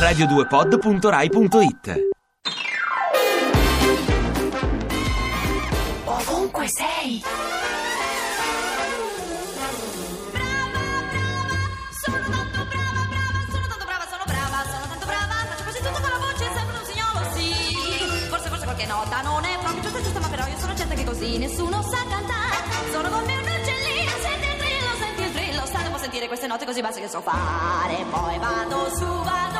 radio2pod.rai.it. Ovunque sei. Nota non è proprio giusta, ma però io sono certa che così nessuno sa cantare. Sono come un uccellino, senti il trillo, state un po' a sentire queste note così basse che so fare. Poi vado su.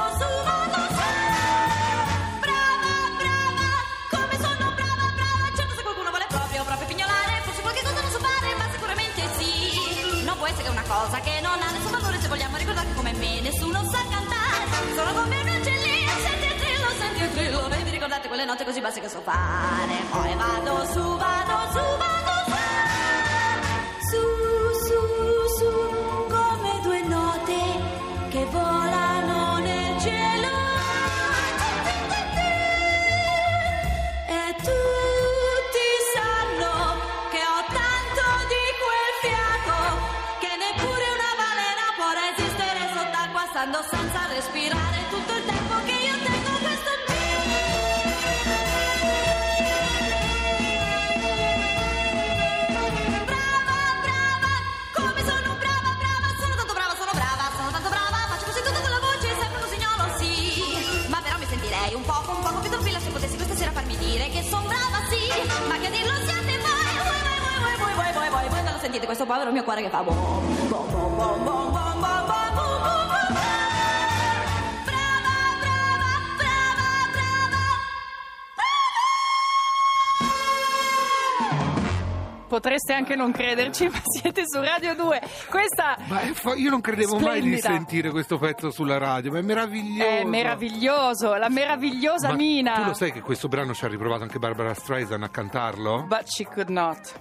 Brava, come sono brava. Certo, se qualcuno vuole proprio pignolare, forse qualche cosa non so fare, ma sicuramente sì. Non può essere una cosa che non ha nessun valore se vogliamo ricordare che come me nessuno sa cantare. Sono come un uccellino, senti il trillo, vedi, ricordate quelle note così basse che so fare. Poi vado su, come due note che volano nel cielo. E tutti sanno che ho tanto di quel fiato che neppure una balena può resistere sott'acqua stando senza respirare tutto il tempo che io tengo questo. Un poco più tranquilla se potessi questa sera farmi dire che son brava, sì, ma che a dirlo siate voi. Quando sentite questo povero mio cuore che fa bom. Potreste anche non crederci, ma siete su Radio 2. Questa io non credevo mai di splendida. sentire questo pezzo sulla radio, ma è meraviglioso. È meraviglioso, la meravigliosa Ma Mina. tu lo sai che questo brano ci ha riprovato anche Barbara Streisand a cantarlo? But she could not.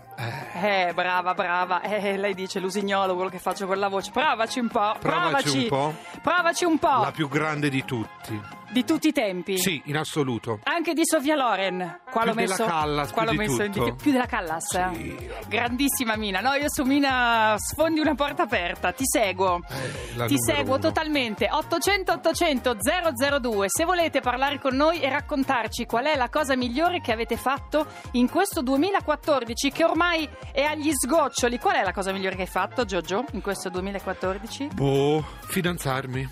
Brava. Lei dice l'usignolo, quello che faccio con la voce. Provaci un po'. Provaci un po'. La più grande di tutti. Di tutti i tempi? Sì, in assoluto. Anche di Sofia Loren. Qua Più l'ho messo, della Callas, qua più l'ho di messo tutto. più della Callas. Sì. Grandissima Mina. No, io su Mina sfondi una porta aperta. Ti seguo. Ti seguo uno. totalmente. 800 002. Se volete parlare con noi e raccontarci qual è la cosa migliore che avete fatto in questo 2014 che ormai è agli sgoccioli. Qual è la cosa migliore che hai fatto, Giorgio, in questo 2014? Fidanzarmi.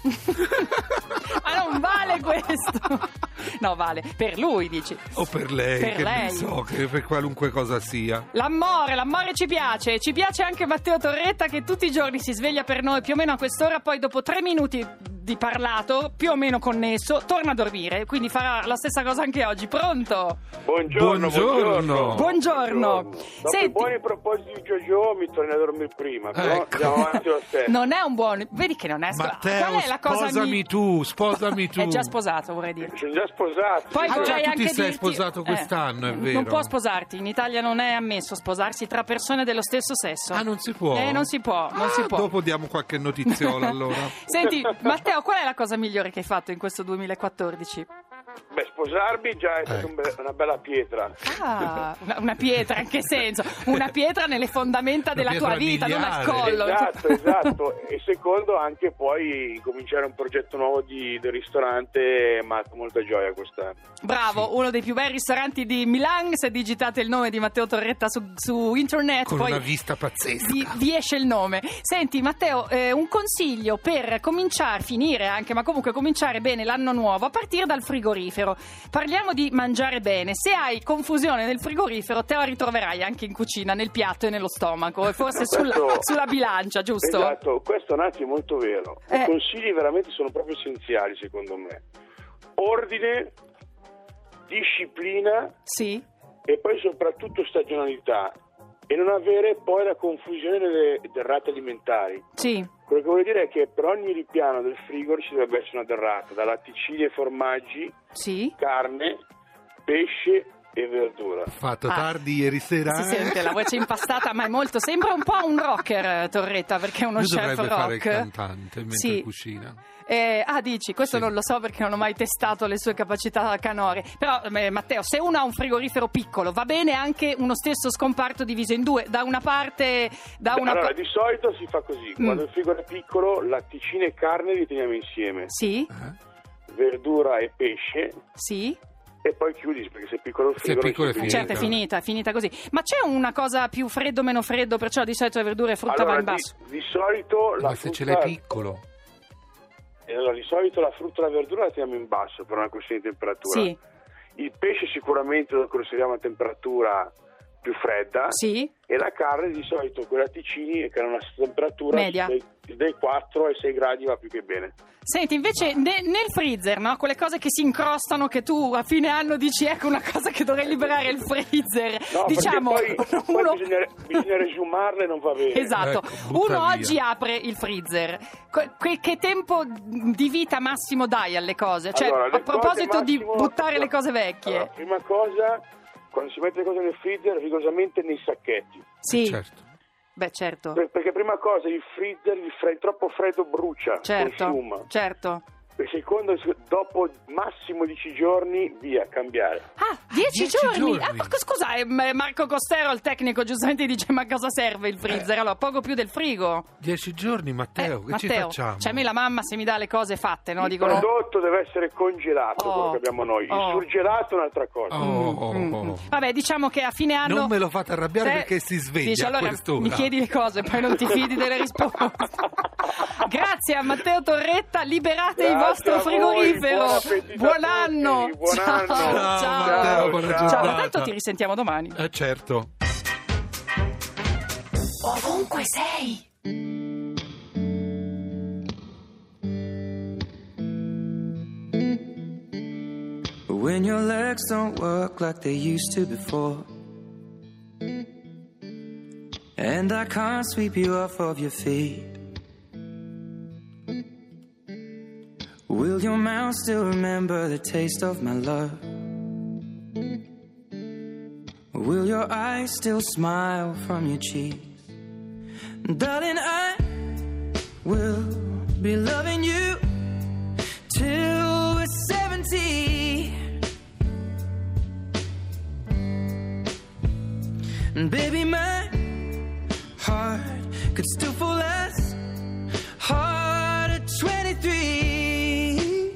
Ma non vale questo. No, vale. Per lui, dici. O per lei, Per che lei. ne so, che per qualunque cosa sia. L'amore ci piace. Ci piace anche Matteo Torretta che tutti i giorni si sveglia per noi più o meno a quest'ora, poi dopo 3 minuti di parlato, più o meno connesso, torna a dormire. Quindi farà la stessa cosa anche oggi. Pronto? Buongiorno. Buongiorno. Dopo Senti, i buoni propositi di Giorgio mi torni a dormire prima, però Ecco. andiamo avanti lo stesso. non è un buon... Vedi che non è... Matteo, Qual è la cosa sposami tu. È già sposato, vorrei dire. Sono già sposato. Poi già vorrei tu anche ti sei dirti- sposato quest'anno, è vero. Non può sposarti, in Italia non è ammesso sposarsi tra persone dello stesso sesso. Ah, non si può? Non si può. Dopo diamo qualche notiziola allora. Senti, Matteo, qual è la cosa migliore che hai fatto in questo 2014? Beh, sposarmi già è stata una bella pietra. Ah, una pietra, in che senso? Una pietra nelle fondamenta Una della tua pietra vita, non al miliare. collo. Esatto. E secondo anche poi cominciare un progetto nuovo del ristorante, ma con molta gioia quest'anno. Bravo, uno dei più bei ristoranti di Milan. Se digitate il nome di Matteo Torretta su internet, Con poi una vista pazzesca. vi esce il nome. Senti Matteo, un consiglio per finire anche, ma comunque cominciare bene l'anno nuovo a partire dal frigorifero. Parliamo di mangiare bene. Se hai confusione nel frigorifero, te la ritroverai anche in cucina, nel piatto e nello stomaco, e forse sulla bilancia, giusto? Esatto, questo è un attimo molto vero. I consigli veramente sono proprio essenziali secondo me. Ordine, disciplina, Sì. e poi soprattutto stagionalità, e non avere poi la confusione delle derrate alimentari. Sì. Quello che voglio dire è che per ogni ripiano del frigo ci dovrebbe essere una derrata, da latticini e formaggi, Sì. carne, pesce e verdura. Fatto tardi ieri sera. Si sente la voce impastata, ma è molto. Sembra un po' un rocker, Torretta, perché è uno Lui chef dovrebbe rock. fare il cantante mentre Sì. cucina. Dici, questo Sì. non lo so perché non ho mai testato le sue capacità canore. Però Matteo, se uno ha un frigorifero piccolo, va bene anche uno stesso scomparto diviso in due. Da una parte Allora, di solito si fa così: quando il frigo è piccolo, latticini e carne li teniamo insieme. Sì? verdura e pesce. Sì. E poi chiudi, perché se è piccolo il frigo... Se è piccolo è finito. Certo, è finita così. Ma c'è una cosa più freddo, meno freddo, perciò di solito le verdure e frutta va in basso? Di solito la Ma se frutta... ce l'hai piccolo. Allora, di solito la frutta e la verdura la teniamo in basso per una questione di temperatura. Sì. Il pesce sicuramente lo consideriamo a temperatura più fredda. Sì. E la carne di solito con i latticini che hanno una temperatura media dai 4 ai 6 gradi va più che bene. Senti, invece nel freezer, no? Quelle cose che si incrostano, che tu a fine anno dici ecco una cosa che dovrei liberare il freezer. No, diciamo poi bisogna resumarle, non va bene. Esatto. Ecco, Uno via. oggi apre il freezer. Che tempo di vita massimo dai alle cose? Cioè, Allora, a proposito di massimo, buttare le cose vecchie. Allora, prima cosa, quando si mette le cose nel freezer, rigorosamente nei sacchetti. Sì. Certo. Beh, certo. Perché prima cosa il freezer, troppo freddo brucia, consuma. Certo. E secondo, dopo massimo 10 giorni, via, cambiare. Ah, 10 giorni? Ah, giorni. scusa, Marco Costero, il tecnico, giustamente dice ma cosa serve il freezer? Allora, poco più del frigo. 10 giorni, Matteo, che ci facciamo? Cioè, a me la mamma se mi dà le cose fatte, no? Il Dicono... prodotto deve essere congelato, Oh. quello che abbiamo noi. Il Oh. surgelato è un'altra cosa. Vabbè, diciamo che a fine anno... Non me lo fate arrabbiare perché si sveglia Dice, a allora, quest'ora. mi chiedi le cose, poi non ti fidi delle risposte. Grazie a Matteo Torretta, liberate il Grazie vostro a voi, frigorifero. buon appetito a Buon tutti, anno. buon anno. Ciao. Ciao, Matteo, buona Ciao, giornata. tanto ti risentiamo domani. Certo. Ovunque sei. When your legs don't work like they used to before, and I can't sweep you off of your feet, will your mouth still remember the taste of my love? Will your eyes still smile from your cheeks? Darling, I will be loving you till we're 70. And baby, my heart could still fall as hard at 23.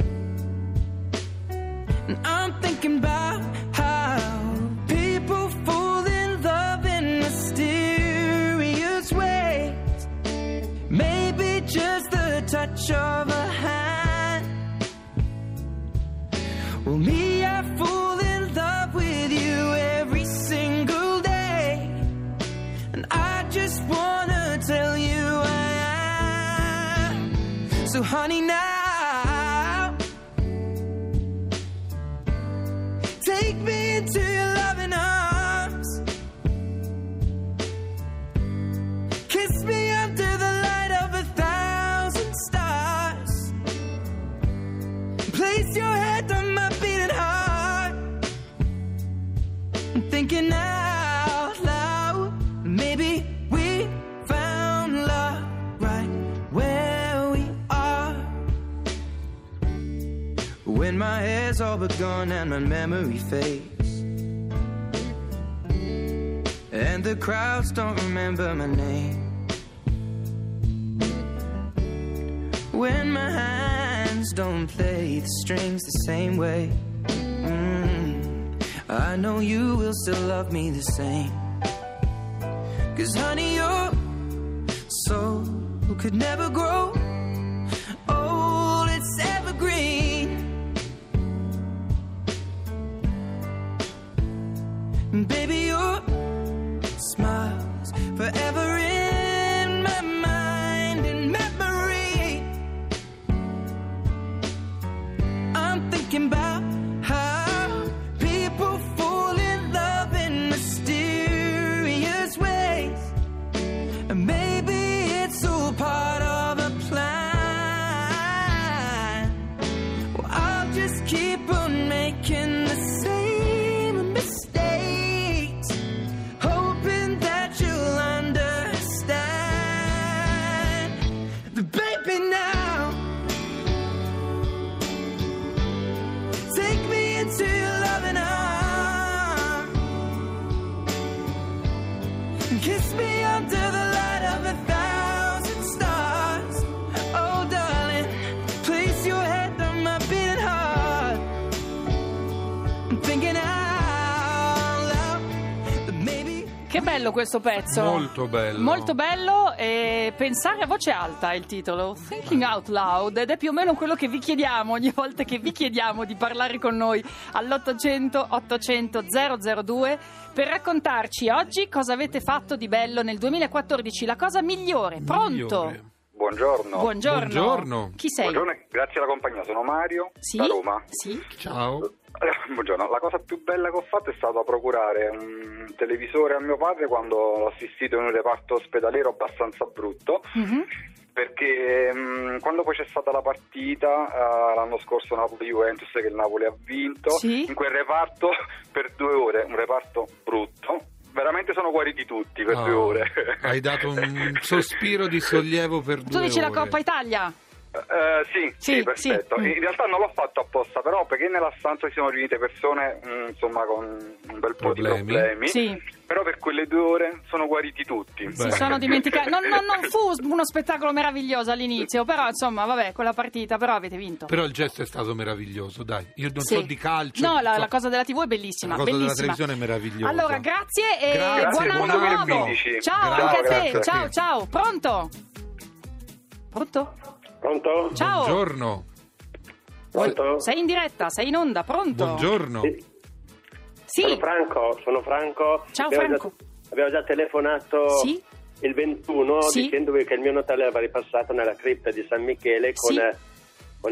And I'm thinking about how people fall in love in mysterious ways. Maybe just the touch of a hand. Well, me, I fall in love with you every single day. And I just wanna tell you I am. So honey, now take me into your loving arms. Kiss me under the light of 1,000 stars. Place your head on my beating heart. I'm thinking out loud, maybe we found love right where we are. When my hair's all but gone and my memory fades, and the crowds don't remember my name, when my hands don't play the strings the same way, I know you will still love me the same. 'Cause honey, your soul could never grow old, it's evergreen. Baby, your smile's forever in my mind and memory. I'm thinking about how people fall in love in mysterious ways. And maybe it's all part of a plan. Well, I'll just keep on making the same mistakes, hoping that you'll understand. But baby, now take me into your loving arms. Kiss me under the light of bello questo pezzo. Molto bello. Molto bello, e pensare a voce alta è il titolo, Thinking Out Loud, ed è più o meno quello che vi chiediamo ogni volta che vi chiediamo di parlare con noi all'800 800 002 per raccontarci oggi cosa avete fatto di bello nel 2014, la cosa migliore. Pronto? Migliore. Buongiorno. Buongiorno. Chi sei? Buongiorno, grazie alla compagnia, sono Mario Sì? da Roma. Sì? Ciao. Buongiorno, la cosa più bella che ho fatto è stata procurare un televisore a mio padre quando l'ho assistito in un reparto ospedaliero abbastanza brutto. Mhm. Perché quando poi c'è stata la partita l'anno scorso Napoli-Juventus, che il Napoli ha vinto, Sì. in quel reparto per 2 ore, un reparto brutto, veramente sono guariti tutti per 2 ore. Hai dato un sospiro di sollievo per 2 ore. Tu dici la Coppa Italia? Sì, perfetto. sì. In realtà non l'ho fatto apposta, però perché nella stanza si sono riunite persone insomma con un bel po' di problemi. Sì. Però per quelle 2 ore sono guariti tutti. Si sono dimenticati. Non fu uno spettacolo meraviglioso all'inizio, però insomma, vabbè, quella partita, però avete vinto. Però il gesto è stato meraviglioso, dai. Io non Sì. so di calcio. No, la so- cosa della TV è bellissima. La cosa della bellissima. televisione è meravigliosa. Allora, grazie e Grazie, buon buon anno anno. nuovo. 2015. Ciao, Ciao, anche a te. grazie. Ciao, ciao. Pronto? Pronto? Pronto? Ciao. Buongiorno. Pronto? Sei in diretta, sei in onda, pronto? Buongiorno. Sì. Sono Franco. Ciao, Abbiamo Franco. Avevo già telefonato Sì. il 21 Sì. dicendovi che il mio Natale aveva ripassato nella cripta di San Michele Sì. con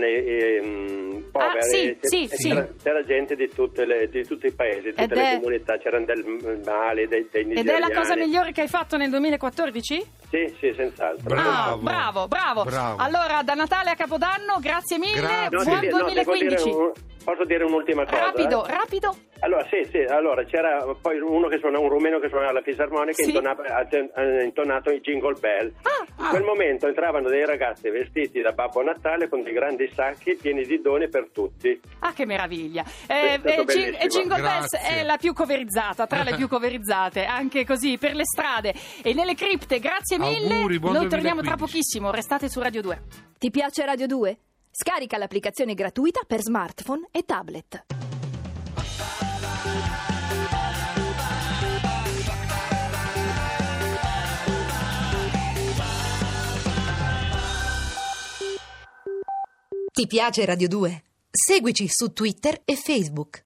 i poveri. sì, sì. C'era gente di tutti i paesi, di tutte Ed le è- comunità, c'erano del Mali, dei Ed nigeriani. è la cosa migliore che hai fatto nel 2014? Sì, senz'altro. Bravo. Bravo. Bravo. Allora, da Natale a Capodanno, grazie mille. Grazie. No, Buon devo 2015. posso dire un'ultima cosa? Rapido. Allora, sì, allora c'era poi un rumeno che suonava la fisarmonica Sì. ha intonato i Jingle Bell. In quel momento entravano dei ragazzi vestiti da Babbo Natale con dei grandi sacchi pieni di doni per tutti. Ah, che meraviglia. È stato bellissimo. Jingle Bells Grazie. è la più coverizzata, tra le più coverizzate, anche così per le strade e nelle cripte. Grazie mille. Auguri, buon Noi torniamo tra 2015. pochissimo, restate su Radio 2. Ti piace Radio 2? Scarica l'applicazione gratuita per smartphone e tablet. Ti piace Radio 2? Seguici su Twitter e Facebook.